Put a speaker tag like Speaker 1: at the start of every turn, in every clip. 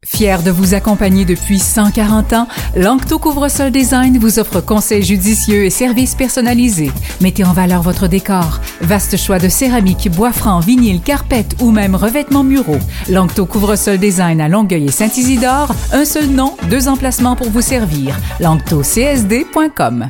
Speaker 1: Fier de vous accompagner depuis 140 ans, Lanctot Couvre-Sol Design vous offre conseils judicieux et services personnalisés. Mettez en valeur votre décor. Vaste choix de céramique, bois franc, vinyle, carpette ou même revêtements muraux. Lanctot Couvre-Sol Design à Longueuil et Saint-Isidore. Un seul nom, 2 emplacements pour vous servir. LanctotCSD.com.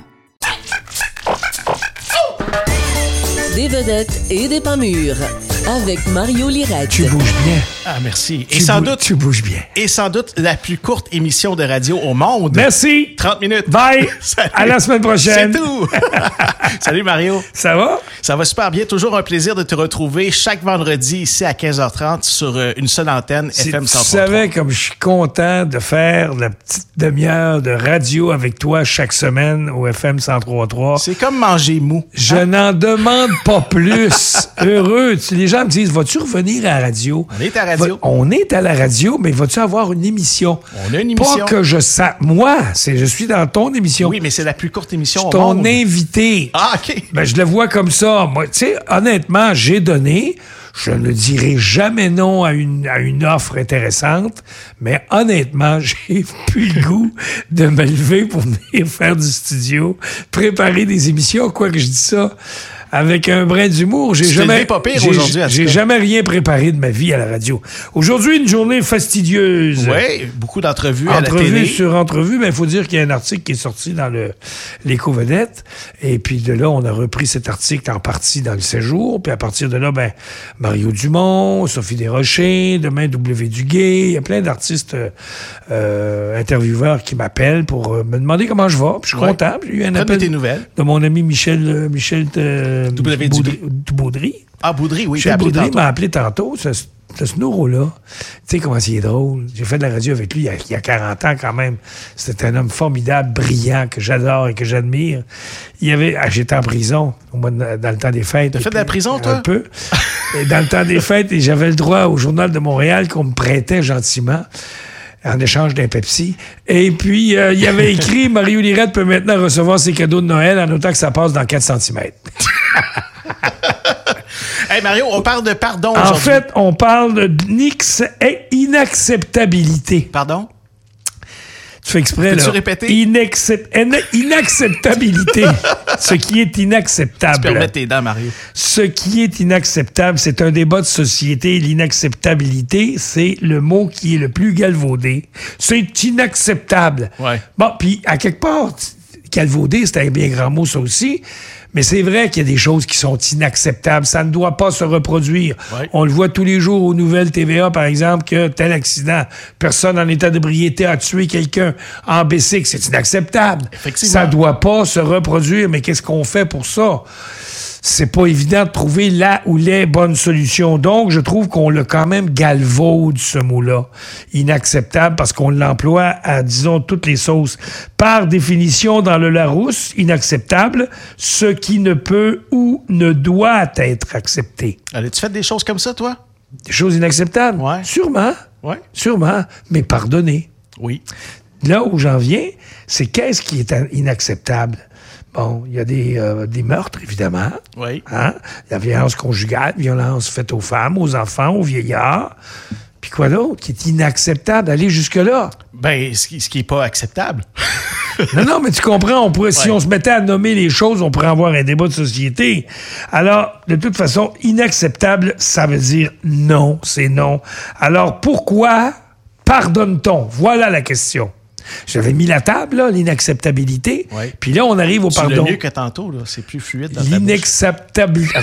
Speaker 2: Des vedettes et des pas mûrs. Avec Mario Lirette.
Speaker 3: Tu bouges bien.
Speaker 4: Ah, merci.
Speaker 3: Tu bouges bien.
Speaker 4: Et sans doute la plus courte émission de radio au monde.
Speaker 3: Merci.
Speaker 4: 30 minutes.
Speaker 3: Bye.
Speaker 4: Salut.
Speaker 3: À la semaine prochaine.
Speaker 4: C'est tout. Salut Mario.
Speaker 3: Ça va?
Speaker 4: Ça va super bien. Toujours un plaisir de te retrouver chaque vendredi ici à 15h30 sur une seule antenne FM 103.
Speaker 3: Tu savais comme je suis content de faire la petite demi-heure de radio avec toi chaque semaine au FM 103.3.
Speaker 4: C'est comme manger mou.
Speaker 3: Je n'en demande pas plus. Heureux. Les gens me disent, vas-tu revenir à la radio?
Speaker 4: On est à la radio.
Speaker 3: On est à la radio, mais vas-tu avoir une émission?
Speaker 4: On a une émission.
Speaker 3: Pas que je sache. Moi, je suis dans ton émission.
Speaker 4: Oui, mais c'est la plus courte émission
Speaker 3: Je
Speaker 4: au
Speaker 3: suis ton
Speaker 4: monde.
Speaker 3: invité.
Speaker 4: Ah, OK.
Speaker 3: Ben, je le vois comme ça. Moi, tu sais, honnêtement, j'ai donné. Je ne dirai jamais non à une offre intéressante, mais honnêtement, j'ai plus le goût de me lever pour venir faire du studio, préparer des émissions, quoi que je dis ça. Avec un brin d'humour, j'ai jamais rien préparé de ma vie à la radio. Aujourd'hui, une journée fastidieuse.
Speaker 4: Oui, beaucoup d'entrevues à la télé.
Speaker 3: Entrevue sur entrevue, mais il faut dire qu'il y a un article qui est sorti dans l'Éco-Vedette. Et puis de là, on a repris cet article en partie dans le séjour. Puis à partir de là, Mario Dumont, Sophie Desrochers, demain W. Duguay, il y a plein d'artistes intervieweurs qui m'appellent pour me demander comment je vais. Puis je suis content. Puis j'ai eu un appel de mon ami Michel Boudry.
Speaker 4: Ah, Boudry, oui.
Speaker 3: Michel Boudry m'a appelé tantôt, ce Nouro-là. Tu sais comment il est drôle. J'ai fait de la radio avec lui il y a 40 ans quand même. C'était un homme formidable, brillant, que j'adore et que j'admire. J'étais en prison dans le temps des fêtes.
Speaker 4: T'as fait de la prison, toi?
Speaker 3: Un peu. Et dans le temps des fêtes, et j'avais le droit au Journal de Montréal qu'on me prêtait gentiment en échange d'un Pepsi. Et puis, il avait écrit « Mario Lirette peut maintenant recevoir ses cadeaux de Noël en autant que ça passe dans 4 cm. »
Speaker 4: Hey Mario, on parle de pardon aujourd'hui.
Speaker 3: En fait, on parle d'inacceptabilité.
Speaker 4: Pardon?
Speaker 3: Tu fais exprès, là.
Speaker 4: Peux-tu répéter?
Speaker 3: Inacceptabilité. Ce qui est inacceptable.
Speaker 4: Tu peux remettre tes dents, Mario.
Speaker 3: Ce qui est inacceptable, c'est un débat de société. L'inacceptabilité, c'est le mot qui est le plus galvaudé. C'est inacceptable.
Speaker 4: Ouais.
Speaker 3: Bon, puis à quelque part, galvaudé, c'est un bien grand mot, ça aussi. Mais c'est vrai qu'il y a des choses qui sont inacceptables. Ça ne doit pas se reproduire. Ouais. On le voit tous les jours aux nouvelles TVA, par exemple, que tel accident, personne en état d'ébriété a tué quelqu'un en bicycle. C'est inacceptable. Ça ne doit pas se reproduire. Mais qu'est-ce qu'on fait pour ça? C'est pas évident de trouver la ou les bonnes solutions. Donc, je trouve qu'on l'a quand même galvaude, ce mot-là. Inacceptable, parce qu'on l'emploie à, disons, toutes les sauces. Par définition, dans le Larousse, inacceptable, ce qui ne peut ou ne doit être accepté.
Speaker 4: As-tu fait des choses comme ça, toi?
Speaker 3: Des choses inacceptables?
Speaker 4: Ouais.
Speaker 3: Sûrement.
Speaker 4: Ouais.
Speaker 3: Sûrement. Mais pardonner.
Speaker 4: Oui.
Speaker 3: Là où j'en viens, c'est qu'est-ce qui est inacceptable? Bon, il y a des meurtres, évidemment. Oui. Hein? La violence conjugale, violence faite aux femmes, aux enfants, aux vieillards. Puis quoi d'autre qui est inacceptable d'aller jusque-là?
Speaker 4: Ben, ce qui est pas acceptable.
Speaker 3: Non, mais tu comprends, si on se mettait à nommer les choses, on pourrait avoir un débat de société. Alors, de toute façon, inacceptable, ça veut dire non, c'est non. Alors, pourquoi pardonne-t-on? Voilà la question. J'avais mis la table, là, l'inacceptabilité. Oui. Puis là, on arrive au pardon.
Speaker 4: C'est mieux que tantôt, là. C'est plus fluide dans
Speaker 3: l'inacceptabilité.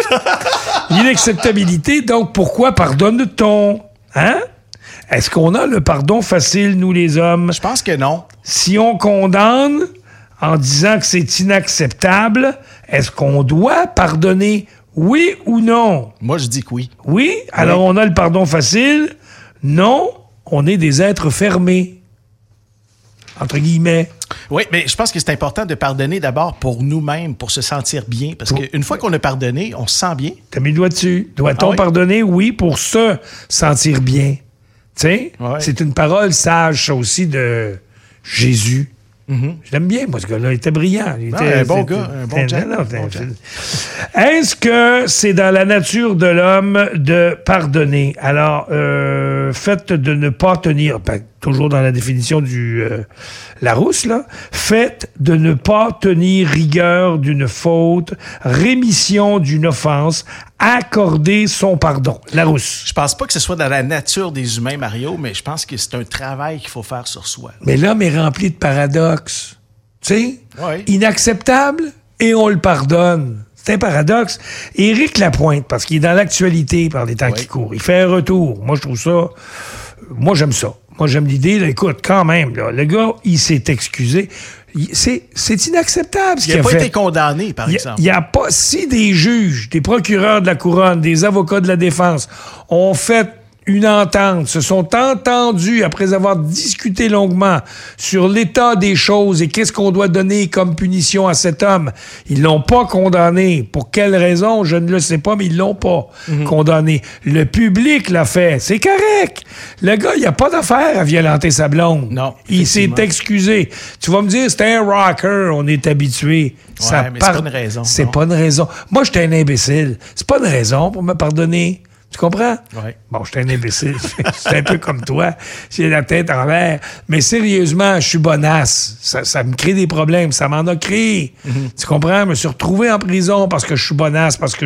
Speaker 3: L'inacceptabilité, donc, pourquoi pardonne-t-on? Hein? Est-ce qu'on a le pardon facile, nous, les hommes?
Speaker 4: Je pense que non.
Speaker 3: Si on condamne en disant que c'est inacceptable, est-ce qu'on doit pardonner? Oui ou non?
Speaker 4: Moi, je dis que oui.
Speaker 3: Oui? Alors, on a le pardon facile? Non? On est des êtres fermés. Entre guillemets.
Speaker 4: Oui, mais je pense que c'est important de pardonner d'abord pour nous-mêmes, pour se sentir bien. Parce qu'une fois qu'on a pardonné, on se sent bien.
Speaker 3: T'as mis le doigt dessus. Doit-on pardonner? Oui, pour se sentir bien. Tu sais, c'est une parole sage, ça aussi, de Jésus. Je l'aime bien, moi, ce gars-là. Il était brillant.
Speaker 4: Un bon gars, un bon Jack.
Speaker 3: Est-ce que c'est dans la nature de l'homme de pardonner? Alors, fait de ne pas tenir, toujours dans la définition du Larousse, là, fait de ne pas tenir rigueur d'une faute, rémission d'une offense, accorder son pardon. Larousse.
Speaker 4: Je pense pas que ce soit dans la nature des humains, Mario, mais je pense que c'est un travail qu'il faut faire sur soi.
Speaker 3: Mais l'homme est rempli de paradoxes. Tu sais?
Speaker 4: Oui.
Speaker 3: Inacceptable et on le pardonne. C'est un paradoxe. Éric Lapointe, parce qu'il est dans l'actualité par les temps qui courent, il fait un retour. Moi, je trouve ça... Moi, j'aime ça. Moi, j'aime l'idée. Là, écoute, quand même, là, le gars, il s'est excusé. C'est inacceptable ce qu'il a fait.
Speaker 4: Il n'a pas été condamné, par exemple.
Speaker 3: Il n'y a pas... Si des juges, des procureurs de la couronne, des avocats de la défense ont fait une entente, se sont entendus après avoir discuté longuement sur l'état des choses et qu'est-ce qu'on doit donner comme punition à cet homme. Ils l'ont pas condamné. Pour quelle raison? Je ne le sais pas, mais ils l'ont pas condamné. Le public l'a fait. C'est correct. Le gars, il n'y a pas d'affaire à violenter sa blonde.
Speaker 4: Non.
Speaker 3: Il s'est excusé. Tu vas me dire, c'était un rocker, on est habitué.
Speaker 4: Ouais, mais c'est pas une raison.
Speaker 3: C'est pas une raison. Moi, j'étais un imbécile. C'est pas une raison pour me pardonner. Tu comprends?
Speaker 4: Oui.
Speaker 3: Bon, je suis un imbécile. C'est un peu comme toi. J'ai la tête en l'air. Mais sérieusement, je suis bonasse. Ça me crée des problèmes. Ça m'en a créé. Tu comprends? Je me suis retrouvé en prison parce que je suis bonasse, parce que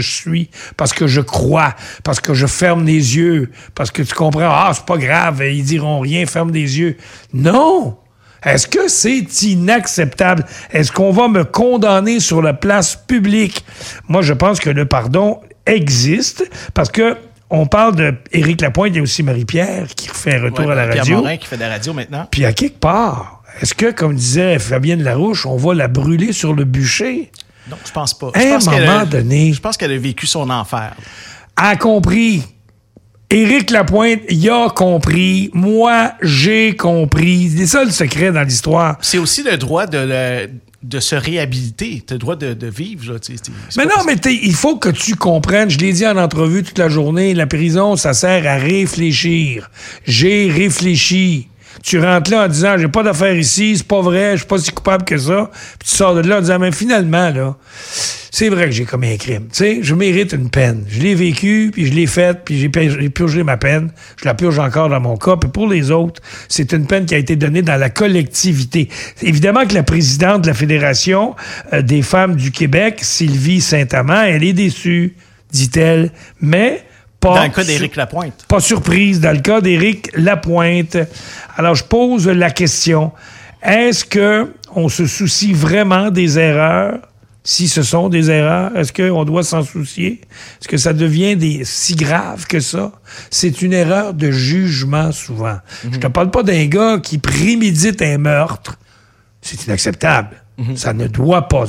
Speaker 3: je crois, parce que je ferme les yeux, parce que tu comprends? Ah, c'est pas grave, ils diront rien, ferme les yeux. Non! Est-ce que c'est inacceptable? Est-ce qu'on va me condamner sur la place publique? Moi, je pense que le pardon existe parce que on parle de Éric Lapointe, il y a aussi Marie-Pierre qui fait un retour à la radio.
Speaker 4: Pierre Morin qui fait de la radio maintenant.
Speaker 3: Puis à quelque part, est-ce que, comme disait Fabienne Larouche, on va la brûler sur le bûcher?
Speaker 4: Non, je pense pas.
Speaker 3: À un moment donné...
Speaker 4: Je pense qu'elle a vécu son enfer.
Speaker 3: Elle a compris. Éric Lapointe, il a compris. Moi, j'ai compris. C'est ça le secret dans l'histoire.
Speaker 4: C'est aussi le droit de se réhabiliter. Tu as le droit de vivre. Là,
Speaker 3: mais non, mais il faut que tu comprennes. Je l'ai dit en entrevue toute la journée, la prison, ça sert à réfléchir. J'ai réfléchi. Tu rentres là en disant, j'ai pas d'affaires ici, c'est pas vrai, je suis pas si coupable que ça. Puis tu sors de là en disant, mais finalement, là, c'est vrai que j'ai commis un crime. Tu sais, je mérite une peine. Je l'ai vécu, puis je l'ai faite, puis j'ai purgé ma peine. Je la purge encore dans mon cas. Puis pour les autres, c'est une peine qui a été donnée dans la collectivité. Évidemment que la présidente de la Fédération des femmes du Québec, Sylvie Saint-Amand, elle est déçue, dit-elle, mais...
Speaker 4: Dans le cas d'Éric Lapointe.
Speaker 3: Pas surprise, dans le cas d'Éric Lapointe. Alors, je pose la question. Est-ce qu'on se soucie vraiment des erreurs? Si ce sont des erreurs, est-ce qu'on doit s'en soucier? Est-ce que ça devient si grave que ça? C'est une erreur de jugement, souvent. Je te parle pas d'un gars qui prémédite un meurtre. C'est inacceptable. Ça ne doit pas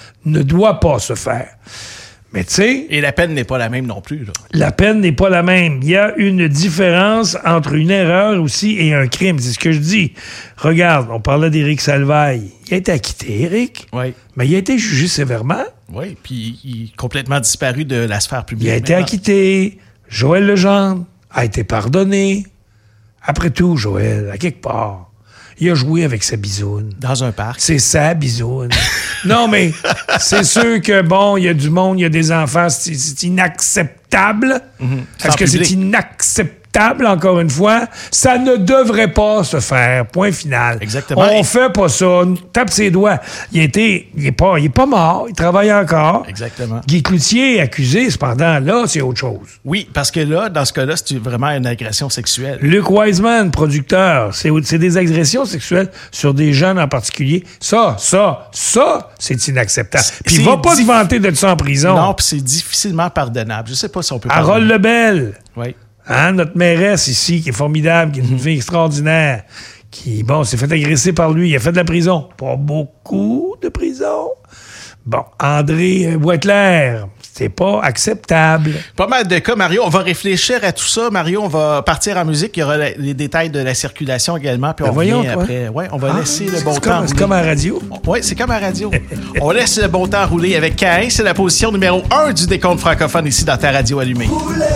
Speaker 3: se faire. Mais tu sais...
Speaker 4: Et la peine n'est pas la même non plus. Là.
Speaker 3: La peine n'est pas la même. Il y a une différence entre une erreur aussi et un crime. C'est ce que je dis. Regarde, on parlait d'Éric Salvaille. Il a été acquitté, Éric.
Speaker 4: Oui.
Speaker 3: Mais il a été jugé sévèrement.
Speaker 4: Oui, puis il est complètement disparu de la sphère publique.
Speaker 3: Il a été acquitté. Joël Legendre a été pardonné. Après tout, Joël, à quelque part, il a joué avec sa bisoune.
Speaker 4: Dans un parc.
Speaker 3: C'est sa bisoune. Non, mais c'est sûr que, bon, il y a du monde, il y a des enfants, c'est inacceptable. Est-ce que c'est inacceptable, encore une fois? Ça ne devrait pas se faire. Point final.
Speaker 4: Exactement.
Speaker 3: On fait pas ça. Tape ses doigts. Il est pas mort. Il travaille encore.
Speaker 4: Exactement.
Speaker 3: Guy Cloutier est accusé, cependant, là, c'est autre chose.
Speaker 4: Oui, parce que là, dans ce cas-là, c'est vraiment une agression sexuelle.
Speaker 3: Luc Wiseman, producteur, c'est des agressions sexuelles sur des jeunes en particulier. Ça, c'est inacceptable. Puis il va pas se vanter de ça en prison.
Speaker 4: Non, puis c'est difficilement pardonnable. Je sais pas si on peut
Speaker 3: Harold Lebel.
Speaker 4: Oui.
Speaker 3: Hein, notre mairesse ici, qui est formidable, qui est une fille extraordinaire, qui, bon, s'est fait agresser par lui. Il a fait de la prison. Pas beaucoup de prison. Bon, André Boisclair, c'est pas acceptable.
Speaker 4: Pas mal de cas, Mario. On va réfléchir à tout ça. Mario, on va partir en musique. Il y aura les détails de la circulation également. Puis on revient après. Ouais, on va laisser le bon temps rouler.
Speaker 3: C'est comme à la radio.
Speaker 4: Oui, c'est comme à la radio. On laisse le bon temps rouler avec Caïn. C'est la position numéro 1 du décompte francophone ici dans ta radio allumée.
Speaker 5: Roulez.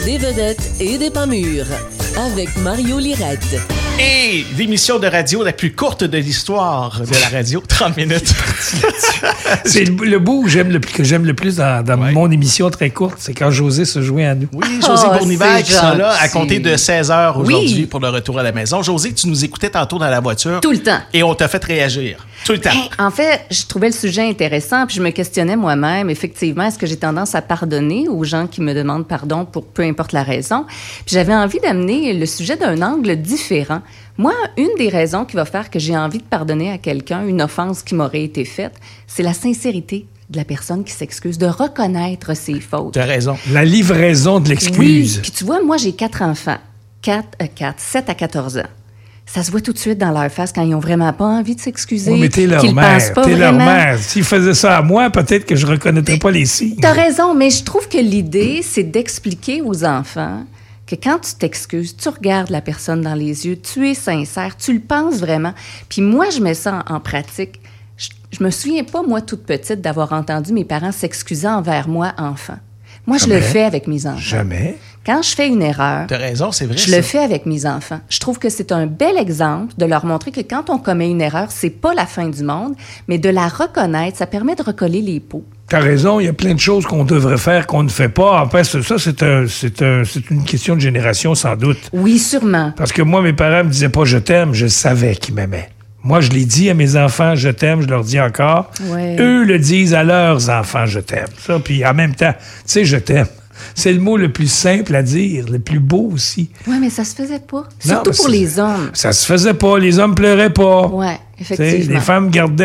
Speaker 2: Des vedettes et des pas mûrs avec Mario Lirette.
Speaker 4: Et l'émission de radio la plus courte de l'histoire de la radio, 30 minutes.
Speaker 3: C'est le bout que j'aime le plus dans mon émission très courte, c'est quand José se joint à nous.
Speaker 4: Oui, José Bournival qui sera là à compter de 16h aujourd'hui pour le retour à la maison. José, tu nous écoutais tantôt dans la voiture.
Speaker 5: Tout le temps.
Speaker 4: Et on t'a fait réagir. Tout le temps.
Speaker 5: En fait, je trouvais le sujet intéressant, puis je me questionnais moi-même, effectivement, est-ce que j'ai tendance à pardonner aux gens qui me demandent pardon pour peu importe la raison? Puis j'avais envie d'amener le sujet d'un angle différent. Moi, une des raisons qui va faire que j'ai envie de pardonner à quelqu'un une offense qui m'aurait été faite, c'est la sincérité de la personne qui s'excuse, de reconnaître ses fautes.
Speaker 4: Tu as raison.
Speaker 3: La livraison de l'excuse.
Speaker 5: Oui, puis tu vois, moi, j'ai 4 enfants, 7 à 14 ans. Ça se voit tout de suite dans leur face quand ils n'ont vraiment pas envie de s'excuser.
Speaker 3: Oui, mais t'es leur mère. T'es leur mère. S'ils faisaient ça à moi, peut-être que je ne reconnaîtrais pas les signes.
Speaker 5: T'as raison, mais je trouve que l'idée, c'est d'expliquer aux enfants que quand tu t'excuses, tu regardes la personne dans les yeux, tu es sincère, tu le penses vraiment. Puis moi, je mets ça en pratique. Je me souviens pas, moi, toute petite, d'avoir entendu mes parents s'excuser envers moi, enfant. Moi, je le fais avec mes enfants.
Speaker 3: Jamais.
Speaker 5: Quand je fais une erreur,
Speaker 4: t'as raison, c'est vrai,
Speaker 5: je le fais avec mes enfants. Je trouve que c'est un bel exemple de leur montrer que quand on commet une erreur, c'est pas la fin du monde, mais de la reconnaître, ça permet de recoller les pots.
Speaker 3: T'as raison, il y a plein de choses qu'on devrait faire qu'on ne fait pas. En fait, ça, c'est une question de génération, sans doute.
Speaker 5: Oui, sûrement.
Speaker 3: Parce que moi, mes parents me disaient pas « je t'aime », je savais qu'ils m'aimaient. Moi, je l'ai dit à mes enfants « je t'aime », je leur dis encore.
Speaker 5: Ouais.
Speaker 3: Eux le disent à leurs enfants « je t'aime ». Ça, puis en même temps, tu sais, « je t'aime ». C'est le mot le plus simple à dire, le plus beau aussi.
Speaker 5: Oui, mais ça se faisait pas. Surtout pour les hommes.
Speaker 3: Ça se faisait pas. Les hommes pleuraient pas.
Speaker 5: Oui, effectivement.
Speaker 3: Les femmes gardaient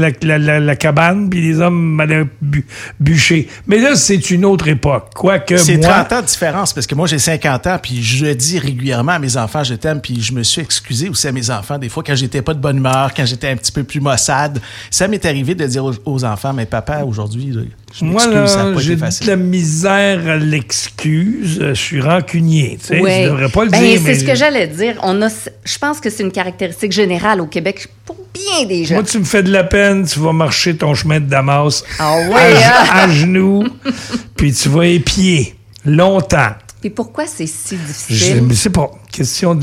Speaker 3: la cabane, puis les hommes allaient bûcher. Mais là, c'est une autre époque. Quoique
Speaker 4: c'est
Speaker 3: moi...
Speaker 4: 30 ans de différence, parce que moi, j'ai 50 ans, puis je dis régulièrement à mes enfants « je t'aime », puis je me suis excusé aussi à mes enfants, des fois, quand j'étais pas de bonne humeur, quand j'étais un petit peu plus maussade. Ça m'est arrivé de dire aux enfants « mais papa, aujourd'hui... »
Speaker 3: Moi, là, j'ai de la misère à l'excuse. Je suis rancunier. Tu sais, je devrais pas le dire.
Speaker 5: C'est ce que j'allais dire. Je pense que c'est une caractéristique générale au Québec pour bien des gens.
Speaker 3: Moi, tu me fais de la peine. Tu vas marcher ton chemin de Damas à genoux, puis tu vas épier longtemps.
Speaker 5: Puis pourquoi c'est si difficile?
Speaker 3: Je ne sais pas. Question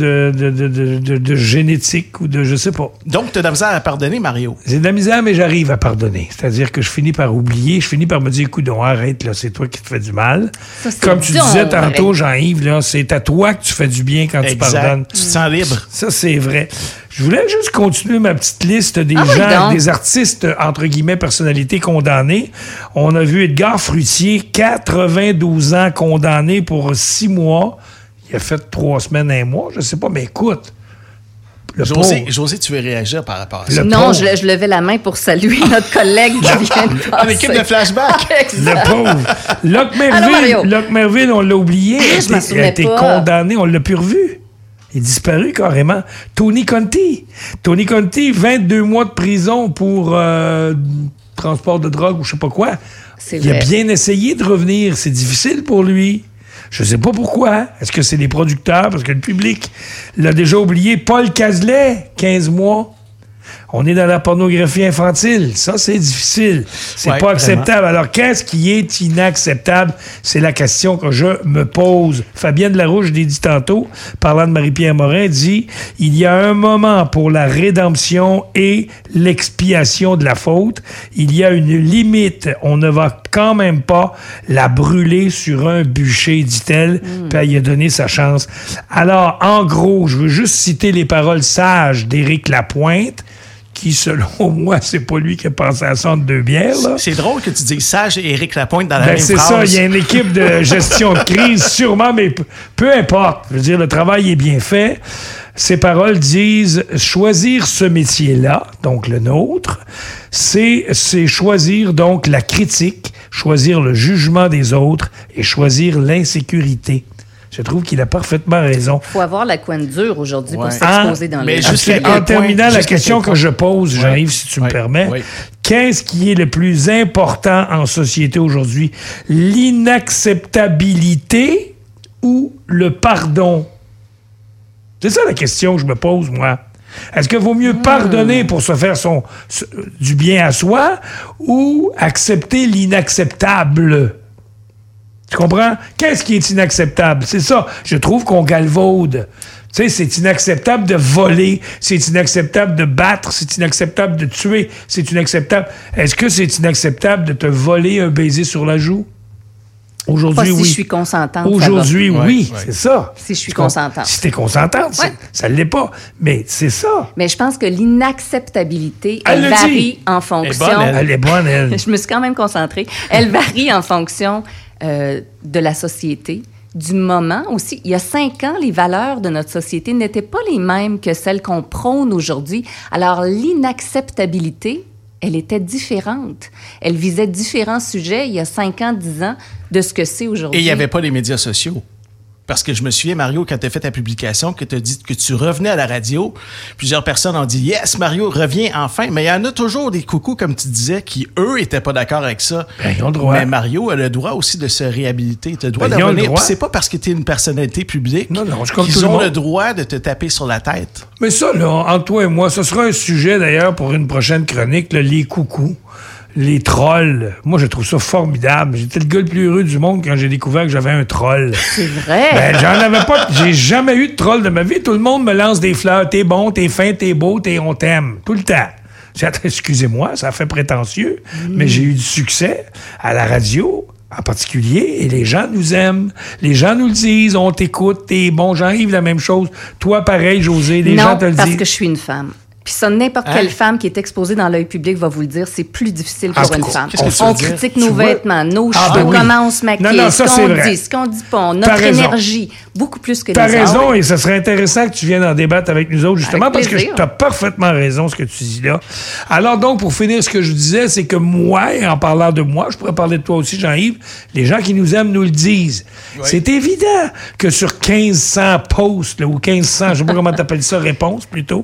Speaker 3: de génétique ou de je sais pas.
Speaker 4: Donc, tu as de la misère à pardonner, Mario?
Speaker 3: J'ai de la misère, mais j'arrive à pardonner. C'est-à-dire que je finis par oublier. Je finis par me dire, écoute, donc, arrête, là, c'est toi qui te fais du mal.
Speaker 5: Ça,
Speaker 3: comme tu disais tantôt, Jean-Yves, là, c'est à toi que tu fais du bien quand tu pardonnes.
Speaker 4: Tu te sens libre.
Speaker 3: Ça, c'est vrai. Je voulais juste continuer ma petite liste des des artistes, entre guillemets, personnalités condamnées. On a vu Edgar Fruitier, 92 ans, condamné pour 6 mois. Il a fait 3 semaines, 1 mois, je sais pas, mais écoute.
Speaker 4: José, tu veux réagir par rapport à ça?
Speaker 5: Non, je levais la main pour saluer notre collègue qui vient de passer.
Speaker 4: En équipe de flashback.
Speaker 3: Le pauvre. Locke Merville, on l'a oublié. Il a été condamné, on l'a plus revu. Il est disparu carrément. Tony Conti, 22 mois de prison pour transport de drogue ou je sais pas quoi. Il a bien essayé de revenir. C'est difficile pour lui. Je sais pas pourquoi. Est-ce que c'est les producteurs? Parce que le public l'a déjà oublié. Paul Cazelet, 15 mois. On est dans la pornographie infantile. Ça, c'est difficile. C'est pas acceptable. Vraiment. Alors, qu'est-ce qui est inacceptable? C'est la question que je me pose. Fabienne Larouche, je l'ai dit tantôt, parlant de Marie-Pierre Morin, dit « Il y a un moment pour la rédemption et l'expiation de la faute. Il y a une limite. On ne va quand même pas la brûler sur un bûcher, dit-elle. Puis elle y a donné sa chance. Alors, en gros, je veux juste citer les paroles sages d'Éric Lapointe, qui, selon moi, c'est pas lui qui a pensé à ça entre 2 bières. Là.
Speaker 4: C'est drôle que tu dises sage et Éric Lapointe dans la même phrase.
Speaker 3: C'est ça, il y a une équipe de gestion de crise, sûrement, mais peu importe. Je veux dire, le travail est bien fait. Ces paroles disent « Choisir ce métier-là, donc le nôtre, c'est choisir donc la critique, choisir le jugement des autres et choisir l'insécurité. » Je trouve qu'il a parfaitement raison.
Speaker 5: Il faut avoir la coin dure aujourd'hui pour s'exposer dans le
Speaker 3: monde. En terminant la question que je pose, j'arrive si tu me permets, qu'est-ce qui est le plus important en société aujourd'hui? L'inacceptabilité ou le pardon? C'est ça la question que je me pose, moi. Est-ce qu'il vaut mieux pardonner pour se faire du bien à soi ou accepter l'inacceptable? Tu comprends? Qu'est-ce qui est inacceptable? C'est ça. Je trouve qu'on galvaude. Tu sais, c'est inacceptable de voler, c'est inacceptable de battre, c'est inacceptable de tuer, c'est inacceptable. Est-ce que c'est inacceptable de te voler un baiser sur la joue? Aujourd'hui,
Speaker 5: pas si
Speaker 3: oui.
Speaker 5: je suis consentante.
Speaker 3: Aujourd'hui, oui,
Speaker 4: ouais.
Speaker 3: c'est ça.
Speaker 5: Si je suis consentante.
Speaker 3: Si t'es consentante,
Speaker 5: Ouais.
Speaker 3: ça l'est pas. Mais c'est ça.
Speaker 5: Mais je pense que l'inacceptabilité,
Speaker 3: Elle
Speaker 5: elle
Speaker 3: le
Speaker 5: varie
Speaker 3: dit.
Speaker 5: en fonction.
Speaker 3: Elle est bonne, elle.
Speaker 5: Je me suis quand même concentrée. Elle varie en fonction de la société, du moment aussi. Il y a 5 ans, les valeurs de notre société n'étaient pas les mêmes que celles qu'on prône aujourd'hui. Alors, l'inacceptabilité, elle était différente. Elle visait différents sujets il y a 5 ans, 10 ans de ce que c'est aujourd'hui.
Speaker 4: Et il n'y avait pas les médias sociaux. Parce que je me souviens, Mario, quand tu as fait ta publication, que tu as dit que tu revenais à la radio, plusieurs personnes ont dit « Yes, Mario, reviens enfin ». Mais il y en a toujours des coucous, comme tu disais, qui, eux, n'étaient pas d'accord avec ça.
Speaker 3: Ben, ils ont le droit.
Speaker 4: Mais Mario a le droit aussi de se réhabiliter. Tu as le droit
Speaker 3: Ben,
Speaker 4: de
Speaker 3: ils ont le
Speaker 4: revenir.
Speaker 3: droit.
Speaker 4: Puis c'est pas parce que tu es une personnalité publique
Speaker 3: Non, je suis comme tout
Speaker 4: qu'ils
Speaker 3: le
Speaker 4: ont
Speaker 3: monde.
Speaker 4: le droit de te taper sur la tête.
Speaker 3: Mais ça, là, entre toi et moi, ce sera un sujet, d'ailleurs, pour une prochaine chronique, là, les coucous. Les trolls. Moi, je trouve ça formidable. J'étais le gars le plus heureux du monde quand j'ai découvert que j'avais un troll.
Speaker 5: C'est vrai.
Speaker 3: Ben, j'en avais pas. J'ai jamais eu de troll de ma vie. Tout le monde me lance des fleurs. T'es bon, t'es fin, t'es beau, on t'aime. Tout le temps. Excusez-moi, ça fait prétentieux, mais j'ai eu du succès à la radio, en particulier, et les gens nous aiment. Les gens nous le disent. On t'écoute, t'es bon. Jean-Yves, la même chose. Toi, pareil, José, les gens te le disent.
Speaker 5: Non, parce que je suis une femme. Puis ça, n'importe quelle femme qui est exposée dans l'œil public va vous le dire, c'est plus difficile pour une femme.
Speaker 4: qu'est-ce que tu veux
Speaker 5: On
Speaker 4: dire?
Speaker 5: critique
Speaker 3: Tu
Speaker 5: nos
Speaker 3: vois?
Speaker 5: vêtements, nos
Speaker 3: Ah,
Speaker 5: cheveux,
Speaker 3: ben oui.
Speaker 5: comment on se maquille,
Speaker 3: Non, ça,
Speaker 5: ce
Speaker 3: c'est
Speaker 5: qu'on
Speaker 3: vrai.
Speaker 5: dit, ce qu'on dit pas,
Speaker 3: T'as
Speaker 5: notre
Speaker 3: raison.
Speaker 5: énergie, beaucoup plus que
Speaker 3: T'as
Speaker 5: les hommes.
Speaker 3: raison, et ce serait intéressant que tu viennes en débattre avec nous autres, justement,
Speaker 5: Avec
Speaker 3: parce que
Speaker 5: plaisir.
Speaker 3: tu as parfaitement raison, ce que tu dis là. Alors donc, pour finir, ce que je disais, c'est que moi, et en parlant de moi, je pourrais parler de toi aussi, Jean-Yves, les gens qui nous aiment nous le disent.
Speaker 4: Oui.
Speaker 3: C'est évident que sur 1500 posts, là, ou 1500, je sais pas comment t'appelles ça, réponses plutôt,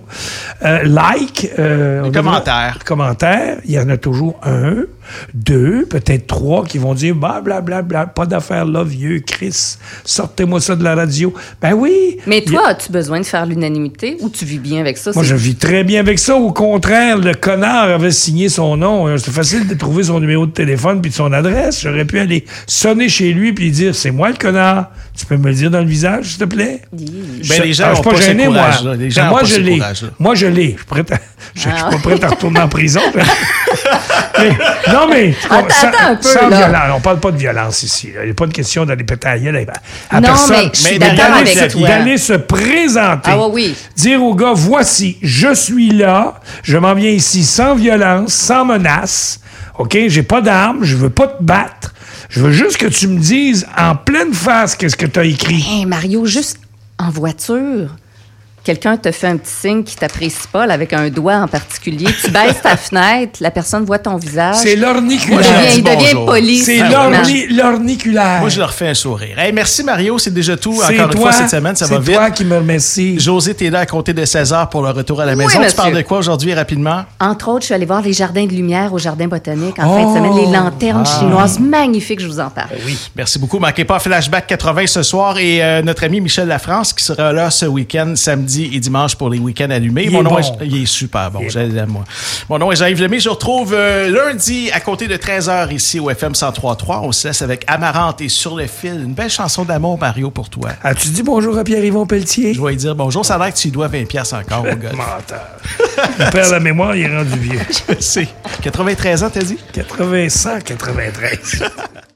Speaker 3: commentaires, il y en a toujours 1, 2, peut-être 3 qui vont dire blablabla, pas d'affaires là, vieux Chris, sortez-moi ça de la radio. Ben oui.
Speaker 5: Mais toi, as-tu besoin de faire l'unanimité ou tu vis bien avec ça?
Speaker 3: Moi, je vis très bien avec ça. Au contraire, le connard avait signé son nom. C'est facile de trouver son numéro de téléphone puis de son adresse. J'aurais pu aller sonner chez lui puis dire « C'est moi le connard. Tu peux me le dire dans le visage, s'il te plaît? »
Speaker 4: Ben, les gens
Speaker 3: je suis
Speaker 4: ont pas ce
Speaker 3: gêné,
Speaker 4: courage-là. Les gens
Speaker 3: Ben,
Speaker 4: ont
Speaker 3: moi,
Speaker 4: pas
Speaker 3: je
Speaker 4: ce
Speaker 3: l'ai.
Speaker 4: courage-là.
Speaker 3: Moi, je l'ai. Je suis pas prêt à retourner en prison. mais
Speaker 5: Attends un peu,
Speaker 3: sans
Speaker 5: là.
Speaker 3: violence. On parle pas de violence ici. là. Il n'est pas de question d'aller péter à gueule à
Speaker 5: Non,
Speaker 3: personne.
Speaker 5: mais je suis
Speaker 4: Mais
Speaker 5: d'accord
Speaker 3: d'aller
Speaker 5: avec
Speaker 3: se-
Speaker 5: toi.
Speaker 3: d'aller se présenter.
Speaker 5: Ah oui.
Speaker 3: Dire au gars, voici, je suis là, je m'en viens ici sans violence, sans menace. OK? J'ai pas d'armes, je veux pas te battre. Je veux juste que tu me dises en pleine face qu'est-ce que tu as écrit.
Speaker 5: Hey, Mario, juste en voiture, quelqu'un te fait un petit signe qui t'apprécie pas, là, avec un doigt en particulier. Tu baisses ta fenêtre, la personne voit ton visage.
Speaker 3: C'est l'orniculaire.
Speaker 5: Il devient
Speaker 4: Bonjour.
Speaker 5: poli.
Speaker 3: C'est
Speaker 5: simplement.
Speaker 3: l'orniculaire.
Speaker 4: Moi, je leur fais un sourire. Hey, merci, Mario. C'est déjà tout.
Speaker 3: C'est
Speaker 4: Encore une
Speaker 3: toi,
Speaker 4: fois, cette semaine, ça va vite.
Speaker 3: C'est toi qui me remercie.
Speaker 4: José, t'es là à compter de 16h pour le retour à la maison.
Speaker 5: monsieur.
Speaker 4: Tu parles de quoi aujourd'hui, rapidement?
Speaker 5: Entre autres, je suis allée voir les jardins de lumière au Jardin botanique en fin de semaine. Les lanternes chinoises magnifiques, je vous en parle.
Speaker 4: Oui. Merci beaucoup. Manquez pas Flashback 80 ce soir et notre ami Michel Lafrance qui sera là ce week-end, samedi et dimanche pour les week-ends allumés.
Speaker 3: Il
Speaker 4: Mon
Speaker 3: est
Speaker 4: nom
Speaker 3: bon.
Speaker 4: il est super bon. Je l'aime, moi. Mon nom est Jean-Yves Lemay. Je vous retrouve lundi à compter de 13h ici au FM 103.3. On se laisse avec Amarante et Sur le fil. Une belle chanson d'amour, Mario, pour toi.
Speaker 3: As-tu dit bonjour à Pierre-Yvon Pelletier?
Speaker 4: Je vais lui dire bonjour. Ça a l'air que tu lui dois 20$ encore au gars.
Speaker 3: Menteur. Il perd la mémoire, il est rendu vieux.
Speaker 4: C'est 93 ans, t'as dit?
Speaker 3: 93.